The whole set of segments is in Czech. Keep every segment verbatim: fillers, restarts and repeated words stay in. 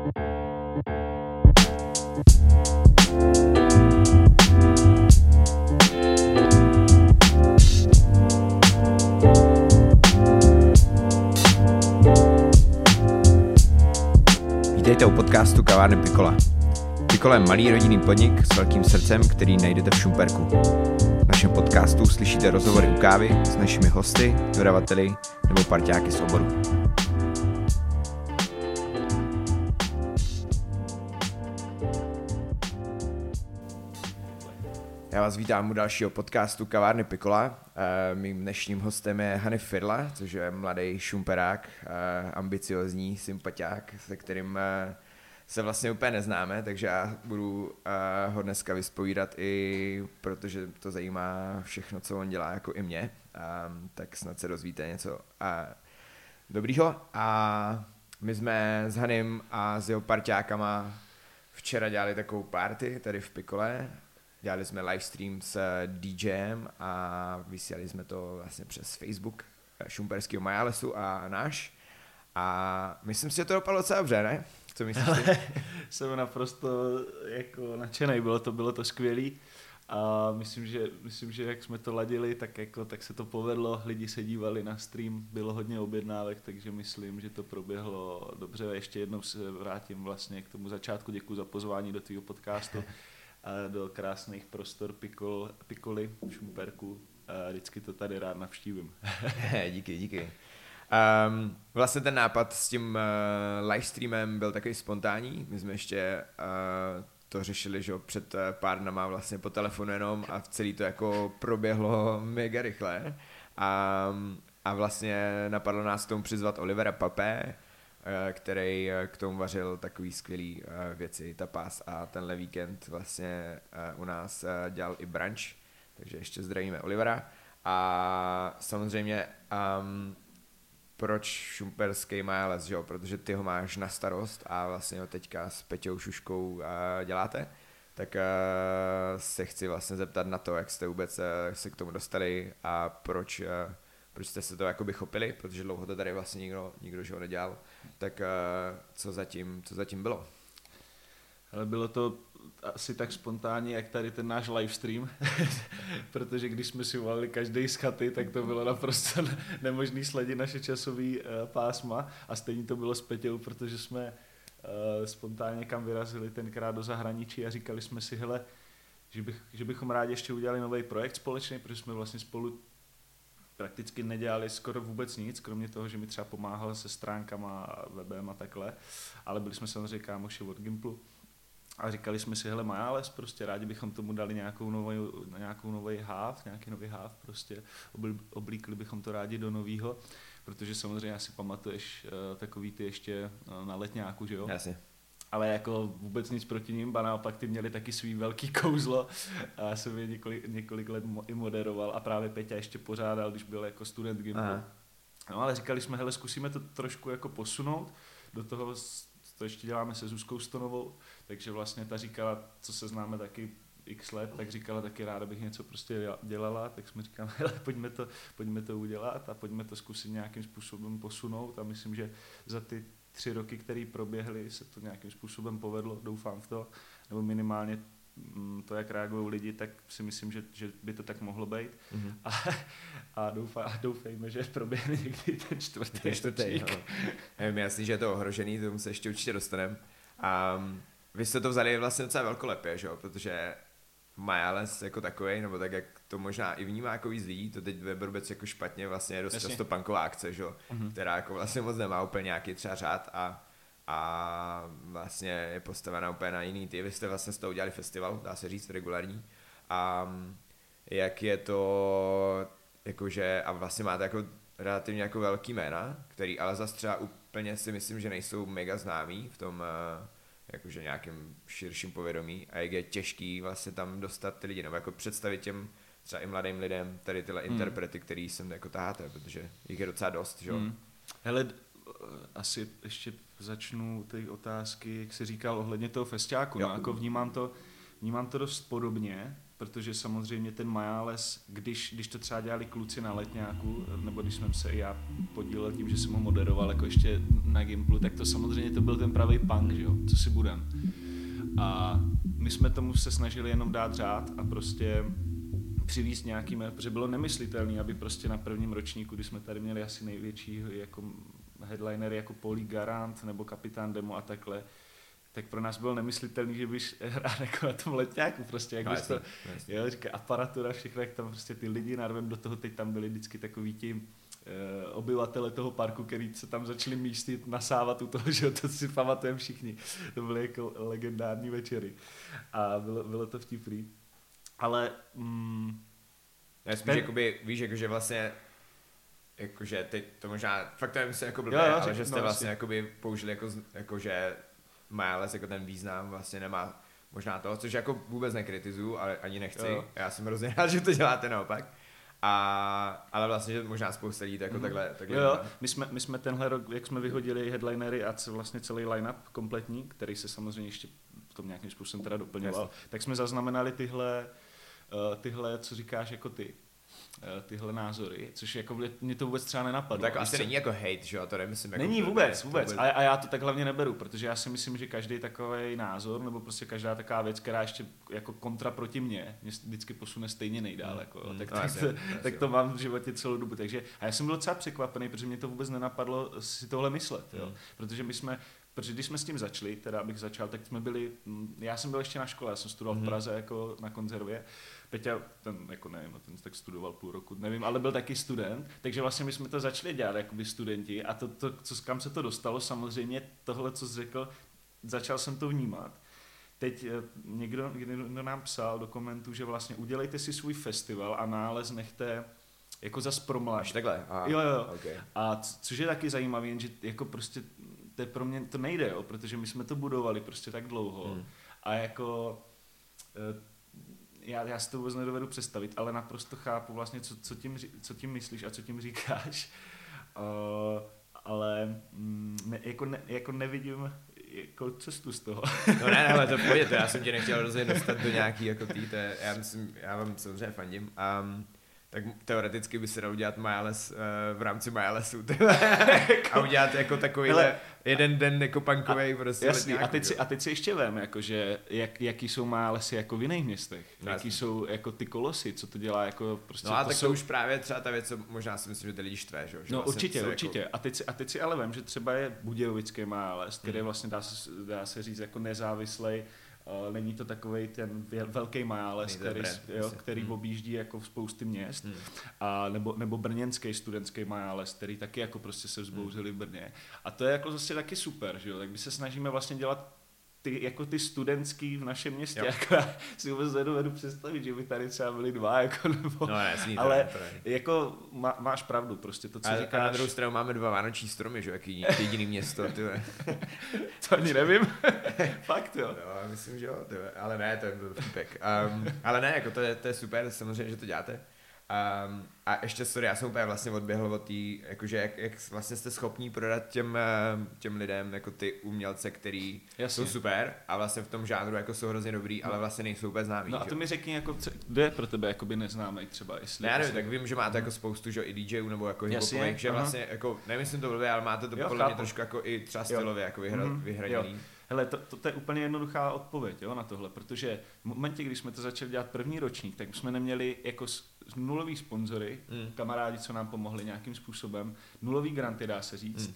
Vítejte u podcastu Kavárny Pikola. Pikola je malý rodinný podnik s velkým srdcem, který najdete v Šumperku. V našem podcastu slyšíte rozhovory u kávy s našimi hosty, dodavateli nebo parťáky z oboru. Já vás vítám u dalšího podcastu Kavárny Pikola. Mým dnešním hostem je Hanif Firla, což je mladý šumperák, ambiciozní sympatiák, se kterým se vlastně úplně neznáme, takže já budu ho dneska vyspovídat i protože to zajímá všechno, co on dělá, jako i mě. Tak snad se dozvíte něco dobrýho. A my jsme s Hanim a s jeho parťákama včera dělali takovou party tady v Pikole. Dělali jsme livestream s DJem a vysílali jsme to vlastně přes Facebook šumperského Majalesu a náš. A myslím si, že to dopadlo docela dobře, ne? Co myslíš ty? Jsem naprosto jako nadšenej, bylo to, bylo to skvělý. A myslím, že, myslím, že jak jsme to ladili, tak, jako, tak se to povedlo, lidi se dívali na stream, bylo hodně objednávek, takže myslím, že to proběhlo dobře. Ještě jednou se vrátím vlastně k tomu začátku, děkuji za pozvání do tvýho podcastu. A do krásných prostor Pikol, Pikoly v Šumperku. A vždycky to tady rád navštívím. díky, díky. Um, vlastně ten nápad s tím uh, livestreamem byl takový spontánní. My jsme ještě uh, to řešili, že před uh, pár dnama vlastně po telefonu jenom a v celý to jako proběhlo mega rychle. A, a vlastně napadlo nás k tomu přizvat Olivera Papé, který k tomu vařil takový skvělý věci, tapas, a tenhle víkend vlastně u nás dělal i brunch, takže ještě zdravíme Olivera. A samozřejmě um, proč šumperský Majales, že jo? Protože ty ho máš na starost a vlastně ho teďka s Peťou Šuškou uh, děláte, tak uh, se chci vlastně zeptat na to, jak jste vůbec uh, se k tomu dostali a proč uh, proč jste se to jakoby chopili, protože dlouho to tady vlastně nikdo, nikdo že ho nedělal, tak uh, co zatím, co zatím bylo? Ale bylo to asi tak spontánně, jak tady ten náš livestream, protože když jsme si volali každý z chaty, tak to bylo naprosto nemožný sledit naše časový uh, pásma a stejně to bylo s Peťou, protože jsme uh, spontánně kam vyrazili tenkrát do zahraničí a říkali jsme si, hele, že, bych, že bychom rádi ještě udělali nový projekt společný, protože jsme vlastně spolu prakticky nedělali skoro vůbec nic, kromě toho, že mi třeba pomáhal se stránkama, webem a takhle, ale byli jsme samozřejmě kámoši od Gimplu a říkali jsme si, hele Majales, prostě rádi bychom tomu dali nějakou novou, nějakou nový háv, nějaký nový háv, prostě oblíkli bychom to rádi do novýho, protože samozřejmě asi pamatuješ uh, takový ty ještě uh, na letňáku, že jo? Jasně. Ale jako vůbec nic proti ním, ba naopak ty měli taky svý velký kouzlo a já jsem je několik, několik let mo- i moderoval a právě Peťa ještě pořádal, když byl jako student Gimplu. No ale říkali jsme, hele, zkusíme to trošku jako posunout, do toho to ještě děláme se Zuzkou Stonovou, takže vlastně ta říkala, co se známe taky x let, tak říkala taky ráda bych něco prostě dělala, tak jsme říkali, hele, pojďme to, pojďme to udělat a pojďme to zkusit nějakým způsobem posunout a myslím, že za ty tři roky, které proběhly, se to nějakým způsobem povedlo, doufám v to, nebo minimálně to, jak reagují lidi, tak si myslím, že, že by to tak mohlo být. Mm-hmm. A, a, doufá, a doufejme, že proběhne někdy ten čtvrtý. Ten čtvrtý, no. Je mi jasný, že je to ohrožený, tomu se ještě určitě dostaneme. A vy jste to vzali vlastně docela velkolepě, že jo, protože Majales jako takovej, nebo tak, jak to možná i vnímá jako víc lidí, to teď ve vůbec jako špatně, vlastně je dost Jasně. často punková akce, že? Mm-hmm. Která jako vlastně moc nemá úplně nějaký třeba řád a, a vlastně je postavená úplně na jiný ty. Vy jste vlastně z toho udělali festival, dá se říct, regulární. A jak je to, jakože, a vlastně máte jako relativně jako velký jména, který ale zase třeba úplně si myslím, že nejsou mega známí v tom jakože nějakým širším povědomí a jak je těžký vlastně tam dostat ty lidi, nebo jako představit těm třeba i mladým lidem tady tyhle hmm. interprety, který sem jako taháte, protože jich je docela dost, že jo? Hmm. Hele, asi ještě začnu ty otázky, jak jsi říkal ohledně toho festiáku, no, jako vnímám to, vnímám to dost podobně, protože samozřejmě ten Majales, když, když to třeba dělali kluci na letňáku, nebo když jsem se i já podílel tím, že jsem ho moderoval jako ještě na Gimplu, tak to samozřejmě to byl ten pravý punk, že jo, co si budem. A my jsme tomu se snažili jenom dát řád a prostě přivízt nějaký, protože bylo nemyslitelné, aby prostě na prvním ročníku, kdy jsme tady měli asi největší jako headlinery jako Pauli Garant nebo Kapitán Demo a takhle, tak pro nás bylo nemyslitelný, že bys hrál jako na tom letňáku, prostě jak no, bys to, jo, říká, aparatura, všechno, jak tam prostě ty lidi narvem do toho, teď tam byli vždycky takový ti e, obyvatele toho parku, který se tam začali místit, nasávat u toho, že to si pamatujeme všichni, to byly jako legendární večery a bylo, bylo to vtipný, ale mm, já spíš ten... jakoby, víš, jakože vlastně jakože teď to možná, fakt to nemyslím jako blbě, jo, jo, ale že no, jste vlastně jakoby použili jako, jakože Majales jako ten význam vlastně nemá možná to, což jako vůbec nekritizuju, ale ani nechci. Jo. Já jsem hrozně rád, že to děláte naopak. A, ale vlastně, že možná spousta lidí to jako mm-hmm. takhle, takhle jo, jo. My, jsme, my jsme tenhle rok, jak jsme vyhodili headlinery a vlastně celý line-up kompletní, který se samozřejmě ještě v tom nějakým způsobem teda doplňoval, Jasně. tak jsme zaznamenali tyhle, uh, tyhle, co říkáš jako ty. Tyhle názory, což jako mě to vůbec třeba nenapadlo. No, tak asi není jako hate, že jo, to nemyslím jako... Není vůbec, vůbec. A, a já to tak hlavně neberu, protože já si myslím, že každý takový názor, nebo prostě každá taková věc, která ještě jako kontra proti mně, mě vždycky posune stejně nejdál, mm. jako, mm. tak, no, tak, jasně, to, jasně. tak to mám v životě celou dobu. Takže, a já jsem byl docela překvapený, protože mě to vůbec nenapadlo si tohle myslet, jo. Mm. Protože my jsme Protože když jsme s tím začali, teda abych začal, tak jsme byli, já jsem byl ještě na škole, já jsem studoval mm-hmm. v Praze jako na konzervě. Peťa, ten jako nevím, ten tak studoval půl roku, nevím, ale byl taky student, takže vlastně my jsme to začali dělat jakoby studenti a to, to co, kam se to dostalo, samozřejmě tohle, co jsi řekl, začal jsem to vnímat. Teď někdo, někdo nám psal do komentů, že vlastně udělejte si svůj festival a nález nechte jako zas promlášť. Takhle? A, jo, jo. Okay. A což je taky zajímavé, že jako prostě to je pro mě, to nejde, jo, protože my jsme to budovali prostě tak dlouho hmm. a jako já, já si to vůbec nedovedu představit, ale naprosto chápu vlastně, co, co, tím, co tím myslíš a co tím říkáš, uh, ale mm, ne, jako, ne, jako nevidím jako cestu z toho. No ne, ale to pojď, já jsem tě nechtěl rozhodně dostat do nějaký jako tý, to je, já myslím, já vám samozřejmě fandím. Um, tak teoreticky by se dal udělat Majales uh, v rámci Majalesu a udělat jako takovýhle jeden den jako punkovej prostě. Jasný, a teď, si, a teď si ještě vem, jako, že jak, jaký jsou Majalesy jako v jiných městech, no, jaký jasný. Jsou jako ty kolosy, co to dělá jako prostě. No a to tak jsou... to už právě třeba ta věc, co možná si myslím, že ty lidi štve, že? No vlastně určitě, určitě. Jako... A, teď si, a teď si ale vem, že třeba je Budějovický Majales, který hmm. vlastně dá se, dá se říct jako nezávislej. Uh, není to takovej ten velký Majales, který, brand, jo, který hmm. objíždí jako v spousty měst, hmm. a nebo, nebo brněnský studentský Majales, který taky jako prostě se vzbouřili v Brně. A to je jako zase taky super, že jo, tak my se snažíme vlastně dělat ty, jako ty studentský v našem městě, jako já si vůbec nedovedu představit, že by tady třeba byli dva, jako nebo, no, jasný, ale to jako má, máš pravdu, prostě to, co a, říkáš. A na druhou stranu máme dva vánoční stromy, že jaký jediný město, tyhle. To ani nevím, fakt jo. No, myslím, že jo, tyhle. Ale ne, to byl vtipek. Um, ale ne, jako to je, to je super, samozřejmě, že to děláte. Um, a ještě, sorry, já jsem úplně vlastně odběhl od tý, jakože jak, jak vlastně jste schopní prodat těm, těm lidem jako ty umělce, který Jasně. jsou super a vlastně v tom žánru jako jsou hrozně dobrý, no. ale vlastně nejsou úplně známý. No a to mi řekni, jako, kdo je pro tebe jakoby neznámý třeba, jestli... Ne, já nevím, tak vím, že máte jako spoustu, že i DJů nebo jako hiphopových, že vlastně jako, nemyslím to blbě, ale máte to jo, podle mě trošku jako i třeba stylově jako vyhra, mm, vyhraněný. Jo. Hele, to, to, to je úplně jednoduchá odpověď, jo, na tohle, protože v momentě, kdy jsme to začali dělat první ročník, tak jsme neměli jako nulový sponzory, mm. kamarádi, co nám pomohli nějakým způsobem, nulový granty, dá se říct, mm.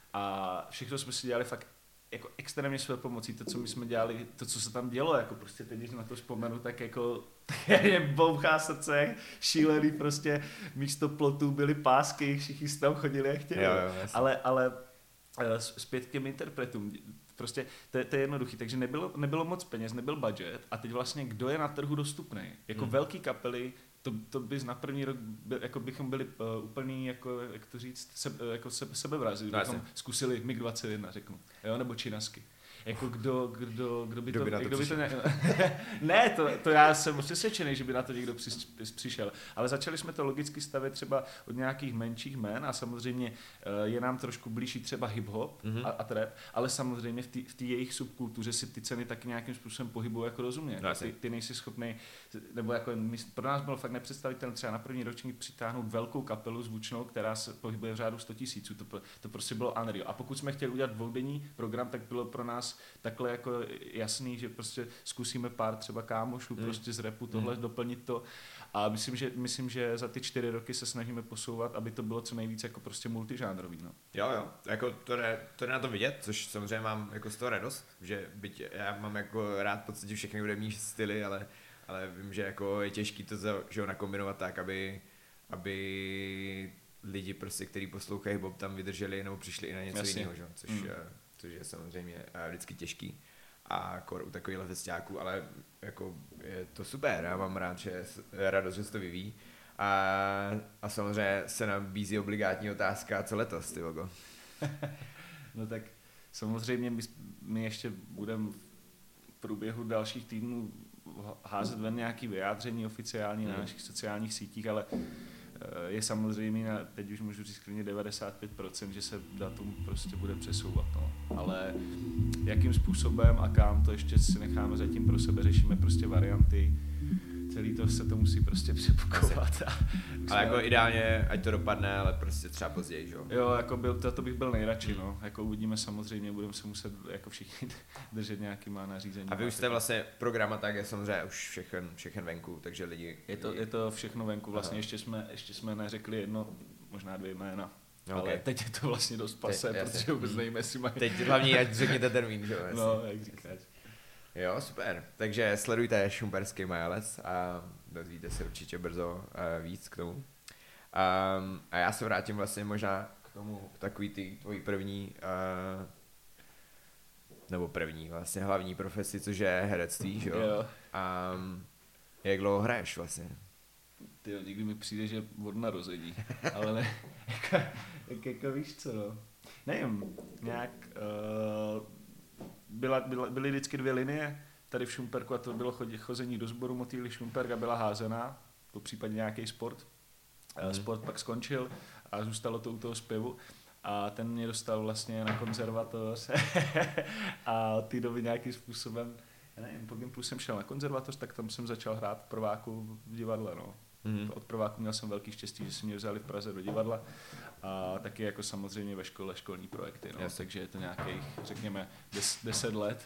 a všechno jsme si dělali fakt jako extrémně své pomocí, to, co my jsme dělali, to, co se tam dělo, jako prostě teď, když na to vzpomenu, tak jako je bouchá srdce, šílený prostě, místo plotů byly pásky, všichni si tam chodili jak chtěli, jo, jo, ale, ale zpět k těm interpretům, prostě to, to je jednoduchý, takže nebylo, nebylo moc peněz, nebyl budget a teď vlastně kdo je na trhu dostupný, jako hmm. velký kapely, to, to bys na první rok, byl, jako bychom byli uh, úplný, jako, jak to říct, se, jako se, sebevrazi, bychom zkusili mig dvacet jedna, řeknu, jo, nebo Činasky. jako kdo, kdo, kdo by Kdo to, by na to kdo by to ne, ne, to, to já jsem přesvědčený, že by na to někdo při, přišel, ale začali jsme to logicky stavět třeba od nějakých menších jmen a samozřejmě je nám trošku blížší třeba hip-hop mm-hmm. a, a trap, ale samozřejmě v té v jejich subkultuře si ty ceny taky nějakým způsobem pohybují jako rozumně. No, ty, ty nejsi schopný, nebo jako pro nás bylo fakt nepředstavitelné třeba na první ročník přitáhnout velkou kapelu zvučnou, která se pohybuje v řádu sto tisíců. To, to prostě bylo unreal. A pokud jsme chtěli udělat dvoudenní program, tak bylo pro nás takhle jako jasný, že prostě zkusíme pár třeba kámošů mm. prostě z rapu tohle mm. doplnit to. A myslím že, myslím, že za ty čtyři roky se snažíme posouvat, aby to bylo co nejvíc jako prostě multižánrový. No. Jo, jo, jako to jde, to jde na to vidět, což samozřejmě mám jako z toho radost, že byť já mám jako rád v podstatě všechny hudební styly, ale, ale vím, že jako je těžký to že ho nakombinovat tak, aby, aby lidi prostě, kteří poslouchají hip-hop, tam vydrželi nebo přišli i na něco Jasně. jiného, že? Což, mm. což je samozřejmě vždycky těžký a kor u takovýchhle festiáků, ale jako je to super, já mám rád, že je radost, že se to vyvíjí. A, a samozřejmě se nabízí obligátní otázka, co letos, ty vogo? No tak samozřejmě my, my ještě budeme v průběhu dalších týdnů házet ven nějaké vyjádření oficiální hmm. na našich sociálních sítích, ale je samozřejmě, na, teď už můžu říct klidně devadesát pět procent, že se datum prostě bude přesouvat. No. Ale jakým způsobem a kam, to ještě si necháme zatím pro sebe, řešíme prostě varianty. Celý to se to musí prostě přepukovat. Ale jako ideálně, ať to dopadne, ale prostě třeba později, že jo? Jo, jako byl, to, to bych byl nejradši, no. Jako uvidíme samozřejmě, budeme se muset jako všichni držet nějakýma nařízení. A vy už jste vlastně programa, tak je samozřejmě už všechen, všechen venku, takže lidi... Je to, je to všechno venku, vlastně ještě jsme, ještě jsme neřekli jedno, možná dvě jména. Okay. Ale teď je to vlastně dost pase, teď, protože vůbec nevíme, jestli mají... Teď hlavně ať řekněte termín, že jo? No, jak říkáš. Jo, super. Takže sledujte Šumperský Majales a dozvíte se určitě brzo uh, víc k tomu. Um, a já se vrátím vlastně možná k tomu, k takový ty tvojí první, uh, nebo první, vlastně hlavní profesi, což je herectví, že jo? Jo. Um, jak dlouho hraješ vlastně? Tyjo, někdy mi přijde, že od narození, ale ne, jako, jak, jako víš co, no. Nevím, nějak... Uh, Byla, byla, byly vždycky dvě linie tady v Šumperku a to bylo chodě, chození do sboru Motýly Šumperk a byla házená, po případě nějaký sport. Mm. Sport pak skončil a zůstalo to u toho zpěvu a ten mě dostal vlastně na konzervatoř a od té doby nějakým způsobem, já nevím, po Gimplu jsem šel na konzervatoř, tak tam jsem začal hrát v prváku v divadle, no. Mm. Od prváku měl jsem velký štěstí, že si mě vzali v Praze do divadla a taky jako samozřejmě ve škole školní projekty, no. Takže je to nějakých, řekněme, des, deset let.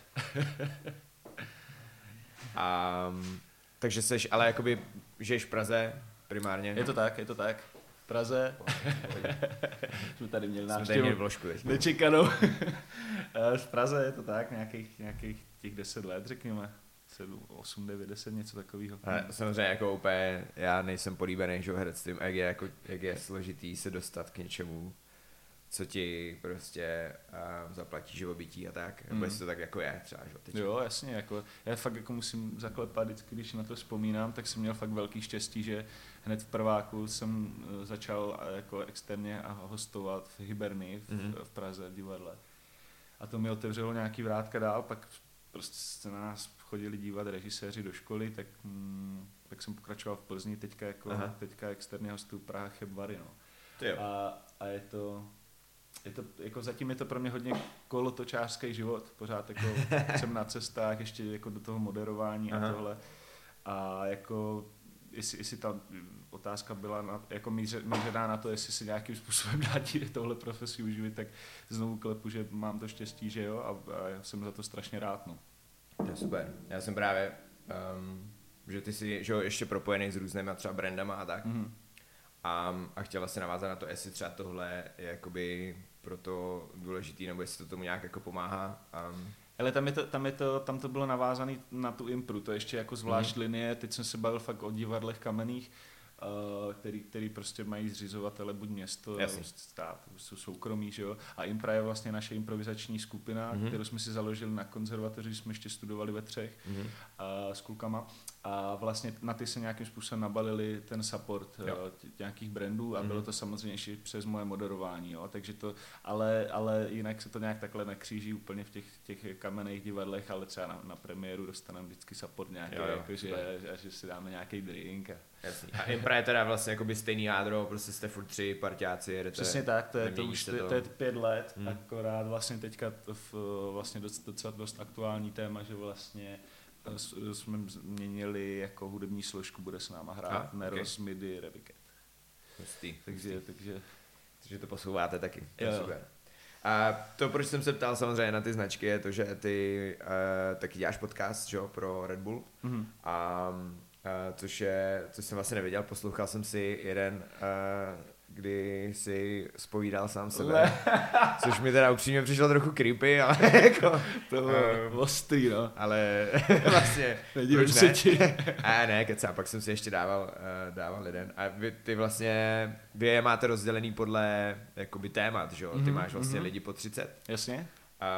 um, takže seš, ale jakoby žiješ v Praze primárně? Je to tak, je to tak. V Praze. Jsme tady měli návštěvu nečekanou. V Praze je to tak, nějakých, nějakých těch deset let, řekněme. sedm, osm, devět, deset, něco takového. Samozřejmě jako úplně, já nejsem políbený, že herectvím, jak je, jako, jak je složitý se dostat k něčemu, co ti prostě uh, zaplatí živobytí a tak, nebo mm. jestli to tak jako je třeba, že teď. Jo, jasně, jako, já fakt jako musím zaklepat, vždycky, když na to vzpomínám, tak jsem měl fakt velký štěstí, že hned v prváku jsem začal jako externě hostovat v Hybernii v, mm. v Praze v divadle. A to mi otevřelo nějaký vrátka dál, pak prostě se na nás chodili dívat režiséři do školy, tak, mm, tak jsem pokračoval v Plzni, teďka, jako, teďka externě hostuju Praha Chebvary, no. A, a je to, je to, jako zatím je to pro mě hodně kolotočářský život, pořád jako jsem na cestách, ještě jako do toho moderování Aha. a tohle. A jako, jestli, jestli ta otázka byla na, jako mířená na to, jestli se nějakým způsobem dá tohle profesi uživit, tak znovu klepu, že mám to štěstí, že jo, a, a já jsem za to strašně rád, no. To je super. Já jsem právě, um, že ty jsi že jo, ještě propojený s různýma třeba brandama a tak. Mm-hmm. A, a chtěla se navázat na to, jestli třeba tohle je jakoby pro to důležitý, nebo jestli to tomu nějak jako pomáhá. Um. Ale tam, je to, tam, je to, tam to bylo navázané na tu impru, to ještě jako zvlášť mm-hmm. linie, teď jsem se bavil fakt o divadlech kamenných, Uh, který, který prostě mají zřizovatele buď město, stát, jsou soukromí, že jo. A Impra je vlastně naše improvizační skupina, mm-hmm. kterou jsme si založili na konzervatoři, jsme ještě studovali ve třech mm-hmm. uh, s klukama. a vlastně na ty se nějakým způsobem nabalili ten support jo. nějakých brandů a mm. bylo to samozřejmě ještě přes moje moderování, jo, takže to, ale, ale jinak se to nějak takhle nekříží úplně v těch, těch kamenných divadlech, ale třeba na, na premiéru dostaneme vždycky support nějaký, jo, jo, jako, že, že, že si dáme nějaký drink. A... Jasný. A Impra je teda vlastně jakoby stejný jádro, prostě jste furt tři parťáci, jedete. Přesně tak, to je, to už to, to je pět let, hmm. akorát vlastně teďka v, vlastně docela dost aktuální téma, že vlastně jsme změnili jako hudební složku, bude s náma hrát ah, Neros, okay. Midi, Reviket. Hustý. Takže, takže... takže to posouváte taky, to je super. A to, proč jsem se ptal samozřejmě na ty značky, je to, že ty uh, taky děláš podcast, že, pro Red Bull. Mm-hmm. A Uh, což je, což jsem vlastně nevěděl, poslouchal jsem si jeden, uh, kdy si zpovídal sám sebe, což mi teda upřímně přišlo trochu creepy, ale jako... To bylo uh, ostrý, no. Ale vlastně, proč ne? Ti. A ne, kecá, pak jsem si ještě dával, uh, dával jeden. A vy, ty vlastně, vy je máte rozdělený podle jakoby témat, že jo? Ty mm-hmm, máš vlastně mm-hmm. lidi po třicet. Jasně.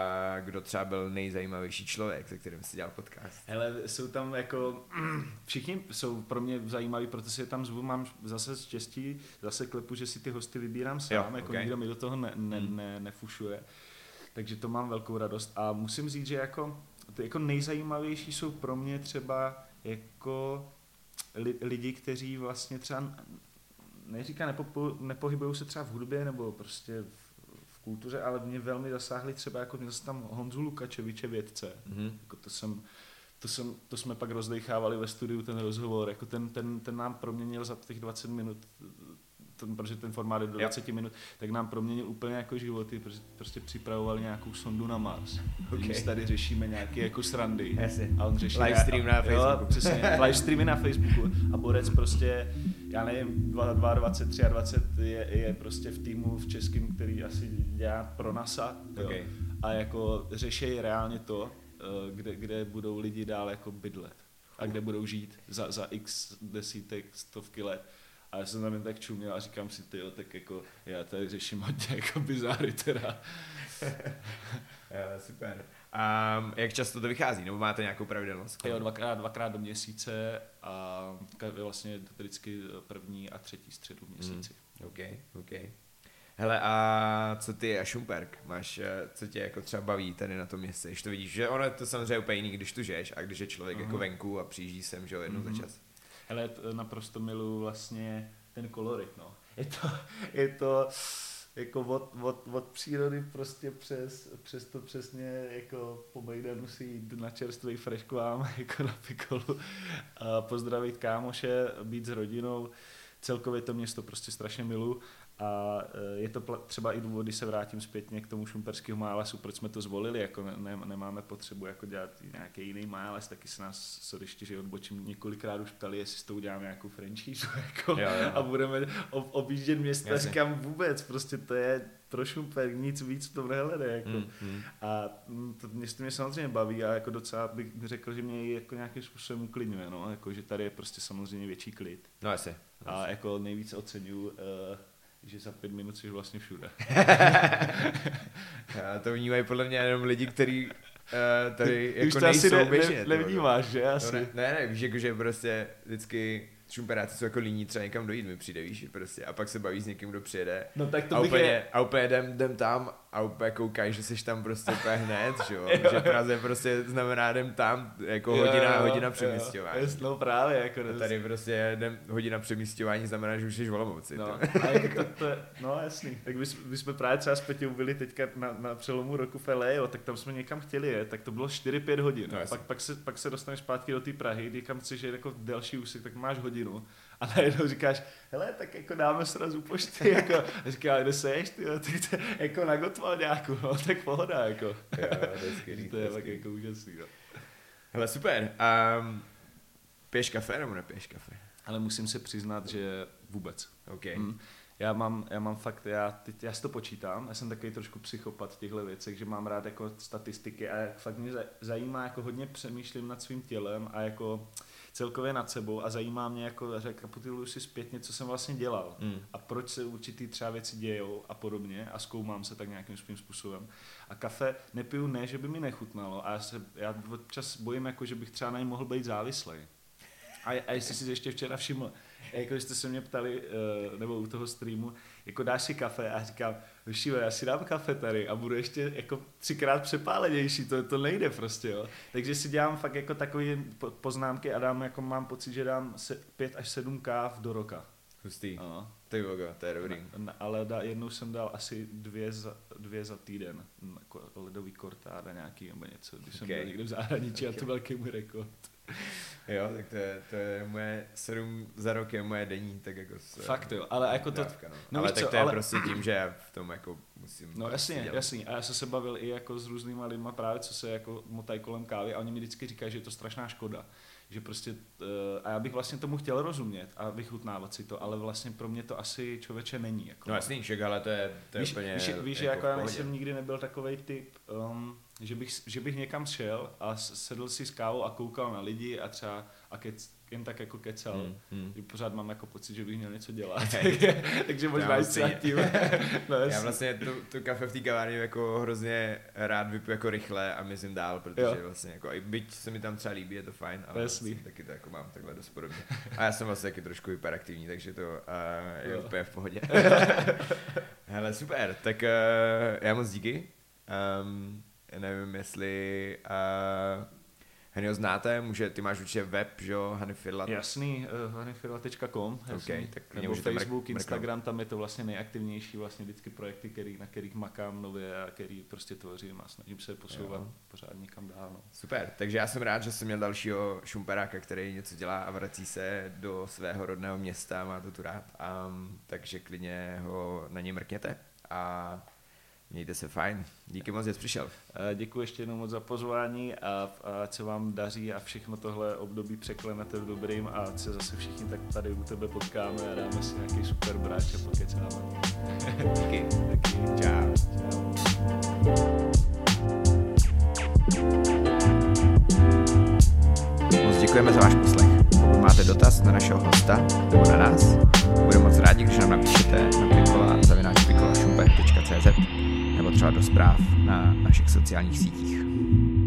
A kdo třeba byl nejzajímavější člověk, se kterým si dělal podcast? Hele, jsou tam jako, všichni jsou pro mě zajímaví, protože je tam zvu, mám zase štěstí, zase klepu, že si ty hosty vybírám sám, jo, jako okay. nikdo mi do toho ne, ne, ne, nefušuje, takže to mám velkou radost a musím říct, že jako, ty jako nejzajímavější jsou pro mě třeba jako li, lidi, kteří vlastně třeba, neříká, nepo, nepohybují se třeba v hudbě nebo prostě v kultuře, ale mě velmi zasáhli třeba jako měl jsem tam Honzu Lukačeviče, vědce. Mm-hmm. Jako to, jsem, to, jsem, to jsme pak rozdechávali ve studiu ten rozhovor, jako ten, ten, ten nám proměnil za těch dvacet minut, ten, protože ten formát je do dvacet minut, tak nám proměnil úplně jako životy, protože prostě připravovali nějakou sondu na Mars. Okay. My tady řešíme nějaké jako srandy. Jasně. A on řeší livestream na Facebooku. Jo, přesně, livestreamy na Facebooku. A Borec prostě, já nevím, dvacet dva, dvacet tři je, je prostě v týmu v českém, který asi dělá pro NASA. Okay. A jako řeší reálně to, kde, kde budou lidi dál jako bydlet. A kde budou žít za, za x desítek, stovky let. A já jsem tam jen tak čuměl a říkám si, tyjo, tak jako já tady řeším hodně jako bizáry teda. Jo, super. A jak často to vychází? Nebo máte nějakou pravidelnost? Jo, dvakrát, dvakrát do měsíce a vlastně vždycky první a třetí středu v měsíci. Mm. OK, OK. Hele, a co ty a Šumperk? Máš, co tě jako třeba baví tady na tom městě? Když to vidíš, že ono je to samozřejmě úplně jiný, když tu žiješ a když je člověk uh-huh. jako venku a přijíždí sem, že jo, jednou uh-huh. za čas. Hele, naprosto miluji vlastně ten kolorit, no. Je to, je to jako od, od, od přírody prostě přes, přes to přesně jako po Mejdanu si jít na čerstvý fresh k vám, jako na Pikolu a pozdravit kámoše, být s rodinou. Celkově to město prostě strašně miluji. A je to třeba i důvod, když se vrátím zpětně k tomu šumperskému málesu, proč jsme to zvolili, jako ne, ne, nemáme potřebu jako dělat nějaký jiný máles, taky se nás, sorry, čtyři odbočím, několikrát už ptali, jestli s tou uděláme nějakou franchise jako, jo, jo. A budeme objíždět města, jasně. Říkám vůbec, prostě to je pro Šumperk, nic víc v tom nehledé, jako. Mm, mm. A to město mě samozřejmě baví a jako docela bych řekl, že mě jako nějakým způsobem uklidňuje, no, jako, že tady je prostě samozřejmě větší klid. No asi. A jako nejvíc oceňuju uh, že za pět minut jsi vlastně všude. A to vnímají podle mě jenom lidi, kteří uh, tady jako už nejsou ne, běžně. Ne, nevnímáš, že? Asi. No ne, ne, ne, víš, jako, že prostě vždycky Šumperáci jsou jako líní třeba někam dojít, mi přijde, víš, prostě, a pak se baví s někým, kdo přijede. No tak to a bych úplně, je... a úplně jdem, jdem tam a úplně koukají, že jsi tam prostě úplně hned, že jo, že Praze prostě znamená jdem tam, jako jo, hodina, jo, hodina přemísťování. Jo, no právě, jako a tady prostě jdem hodina přemísťování znamená, že už jsi v Olomouci. No, a jako to, to, no jasný, tak my jsme právě třeba s Peťou byli teďka na, na přelomu roku v L A, jo, tak tam jsme někam chtěli jet, tak to bylo čtyři pět hodin, no, pak, pak, se, pak se dostaneš zpátky do té Prahy, někam chceš jít jako delší úsek, tak máš hodinu. A najednou říkáš, hele, tak jako dáme srazu pošty, jako, a říká, kde seš, ty, ty to, jako na Gotwaldáku, no, tak pohoda, jako. Jo, to je skvělý. To je tak jako úžasný, no. Hele, super. Um, piješ kafe nebo nepiješ kafe? Ale musím se přiznat, že vůbec. Okay. Mm. Já mám, já mám fakt, já, teď, já si to počítám, já jsem takový trošku psychopat v těchto věcech, že mám rád jako statistiky a fakt mě zajímá, jako hodně přemýšlím nad svým tělem a jako celkově nad sebou a zajímá mě, jako rekapituluju si zpětně, co jsem vlastně dělal mm. a proč se určitý třeba věci dějou a podobně a zkoumám se tak nějakým svým způsobem. A kafe nepiju ne, že by mi nechutnalo a já se já občas bojím, jako, že bych třeba na něj mohl být závislý. A, a jestli jsi ještě včera všiml, jako jste se mě ptali, uh, nebo u toho streamu, jako dáš si kafe a říkám, Šivo, já si dám kafe tady a budu ještě jako třikrát přepálenější, to, to nejde prostě, jo. Takže si dělám fakt jako takové poznámky a dám, jako mám pocit, že dám se, pět až sedm káv do roka. Hustý. Ano. To je bogo, to je dobrý. Na, na, ale da, jednou jsem dal asi dvě za, dvě za týden, jako ledový kortáda nějaký nebo něco, když okay. jsem byl někde v zahraničí okay. a to velký můj rekord. Jo, tak to je, to je moje sedm za rok je moje denní, tak jako s, fakt jo, ale jako to... Dávka, no. No ale tak co, to je ale... prostě tím, že já v tom jako musím... No jasně, jasně. A já jsem se bavil i jako s různýma lidma právě, co se jako motají kolem kávy a oni mi vždycky říkají, že je to strašná škoda. Že prostě, a já bych vlastně tomu chtěl rozumět a vychutnávat si to, ale vlastně pro mě to asi člověče není. Jako. No jasný, však, ale to je, to je víš, úplně... Víš, víš jako, jako já nejsem nikdy nebyl takovej typ, um, že, bych, že bych někam šel a sedl si s kávou a koukal na lidi a třeba a kec, jen tak jako kecal. Hmm, hmm. Že pořád mám jako pocit, že bych měl něco dělat. Takže možná i třeba tím. No, já vlastně tu, tu kafe v té kavárně jako hrozně rád vypiju jako rychle a mizím dál, protože jo. vlastně jako, i byť se mi tam třeba líbí, je to fajn, ale vlastně taky to jako mám takhle dost podobně. A já jsem vlastně taky trošku hyperaktivní, takže to uh, je jo. úplně v pohodě. Hele, super, tak uh, já moc díky. Um, já nevím, jestli... Uh, Henio znáte, může, ty máš určitě web, že jo, Hanifirlat. Jasný, uh, hanifirlat tečka com, okay, tak nebo Facebook, mrk- Instagram, tam je to vlastně nejaktivnější vlastně vždycky projekty, který, na kterých makám nově a který prostě tvořím a snažím se posouvat jo. pořád někam dál. No. Super, takže já jsem rád, že jsem měl dalšího šumperáka, který něco dělá a vrací se do svého rodného města, má to tu rád, um, takže klidně ho na něj mrkněte a mějte se fajn. Díky moc, že jsi přišel. Děkuji ještě jednou moc za pozvání a ať se vám daří a všechno tohle období překlenete v dobrým a ať se zase všichni tak tady u tebe potkáme a dáme si nějaký super bráč a pokecáme. Díky. Díky. Čau. Čau. Moc děkujeme za váš poslech. Pokud máte dotaz na našeho hosta nebo na nás, budeme moc rádi, když nám napíšete na pikola zavináč pikola šumperk tečka cé zet nebo třeba do zpráv na našich sociálních sítích.